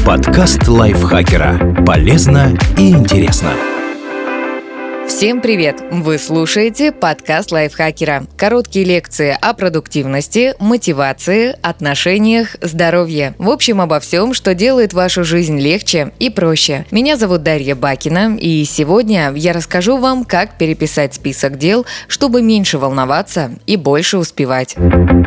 Подкаст лайфхакера. Полезно и интересно. Всем привет! Вы слушаете подкаст лайфхакера. Короткие лекции о продуктивности, мотивации, отношениях, здоровье. В общем, обо всем, что делает вашу жизнь легче и проще. Меня зовут Дарья Бакина, и сегодня я расскажу вам, как переписать список дел, чтобы меньше волноваться и больше успевать.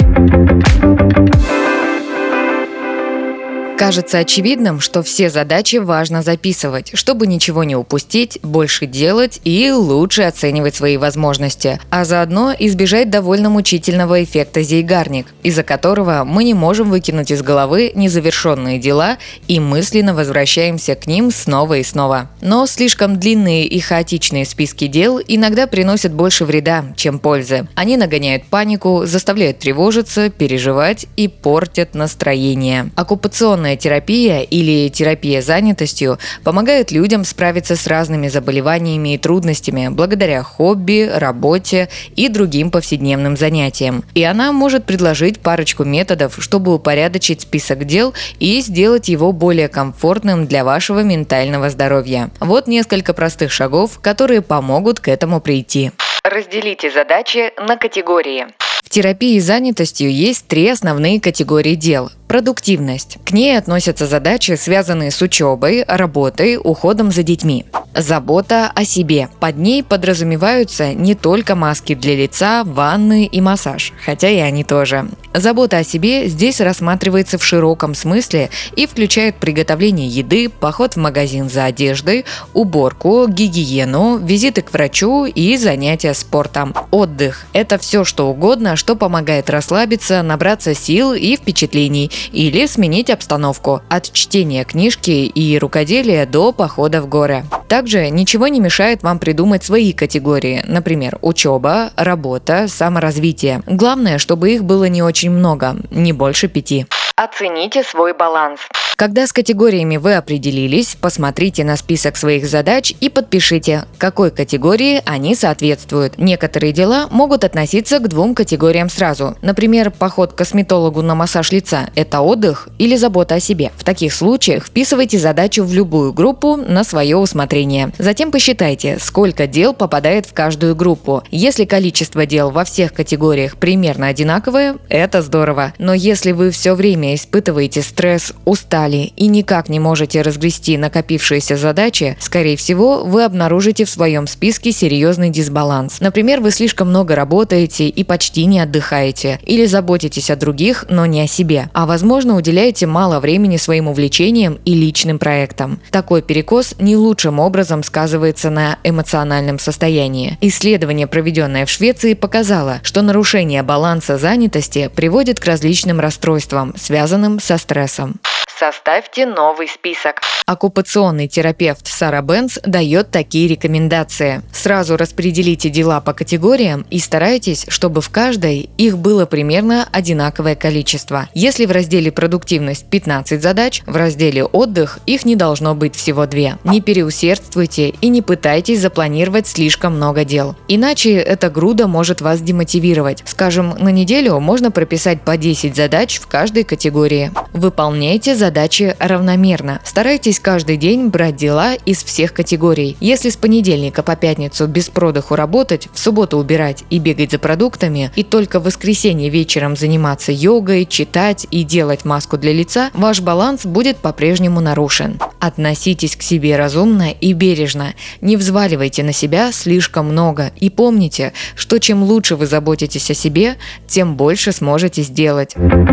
Кажется очевидным, что все задачи важно записывать, чтобы ничего не упустить, больше делать и лучше оценивать свои возможности, а заодно избежать довольно мучительного эффекта зейгарник, из-за которого мы не можем выкинуть из головы незавершенные дела и мысленно возвращаемся к ним снова и снова. Но слишком длинные и хаотичные списки дел иногда приносят больше вреда, чем пользы. Они нагоняют панику, заставляют тревожиться, переживать и портят настроение. Оккупационная терапия или терапия занятостью помогает людям справиться с разными заболеваниями и трудностями благодаря хобби, работе и другим повседневным занятиям. И она может предложить парочку методов, чтобы упорядочить список дел и сделать его более комфортным для вашего ментального здоровья. Вот несколько простых шагов, которые помогут к этому прийти. Разделите задачи на категории. В терапии занятостью есть 3 основные категории дел. Продуктивность. К ней относятся задачи, связанные с учебой, работой, уходом за детьми. Забота о себе. Под ней подразумеваются не только маски для лица, ванны и массаж, хотя и они тоже. Забота о себе здесь рассматривается в широком смысле и включает приготовление еды, поход в магазин за одеждой, уборку, гигиену, визиты к врачу и занятия спортом. Отдых – это все, что угодно, что помогает расслабиться, набраться сил и впечатлений, или сменить обстановку от чтения книжки и рукоделия до похода в горы. Также ничего не мешает вам придумать свои категории, например, учеба, работа, саморазвитие. Главное, чтобы их было не очень много, не больше 5. Оцените свой баланс. Когда с категориями вы определились, посмотрите на список своих задач и подпишите, какой категории они соответствуют. Некоторые дела могут относиться к 2 категориям сразу. Например, поход к косметологу на массаж лица – это отдых или забота о себе. В таких случаях вписывайте задачу в любую группу на свое усмотрение. Затем посчитайте, сколько дел попадает в каждую группу. Если количество дел во всех категориях примерно одинаковое, это здорово. Но если вы все время испытываете стресс, устали и никак не можете разгрести накопившиеся задачи, скорее всего, вы обнаружите в своем списке серьезный дисбаланс. Например, вы слишком много работаете и почти не отдыхаете, или заботитесь о других, но не о себе, а возможно, уделяете мало времени своим увлечениям и личным проектам. Такой перекос не лучшим образом сказывается на эмоциональном состоянии. Исследование, проведенное в Швеции, показало, что нарушение баланса занятости приводит к различным расстройствам, связанным со стрессом. Составьте новый список. Оккупационный терапевт Сара Бенц дает такие рекомендации. Сразу распределите дела по категориям и старайтесь, чтобы в каждой их было примерно одинаковое количество. Если в разделе «Продуктивность» 15 задач, в разделе «Отдых» их не должно быть всего 2. Не переусердствуйте и не пытайтесь запланировать слишком много дел. Иначе эта груда может вас демотивировать. Скажем, на неделю можно прописать по 10 задач в каждой категории. Выполняйте задачи равномерно. Старайтесь каждый день брать дела из всех категорий. Если с понедельника по пятницу без продыху работать, в субботу убирать и бегать за продуктами, и только в воскресенье вечером заниматься йогой, читать и делать маску для лица, ваш баланс будет по-прежнему нарушен. Относитесь к себе разумно и бережно. Не взваливайте на себя слишком много. И помните, что чем лучше вы заботитесь о себе, тем больше сможете сделать.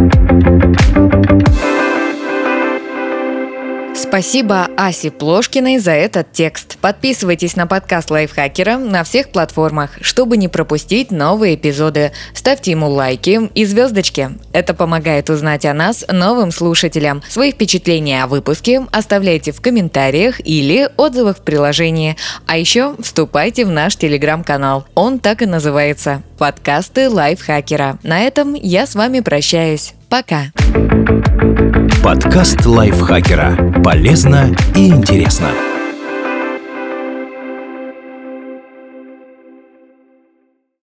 Спасибо Асе Плошкиной за этот текст. Подписывайтесь на подкаст Лайфхакера на всех платформах, чтобы не пропустить новые эпизоды. Ставьте ему лайки и звездочки. Это помогает узнать о нас новым слушателям. Свои впечатления о выпуске оставляйте в комментариях или отзывах в приложении. А еще вступайте в наш телеграм-канал. Он так и называется – «Подкасты Лайфхакера». На этом я с вами прощаюсь. Пока! Подкаст лайфхакера. Полезно и интересно.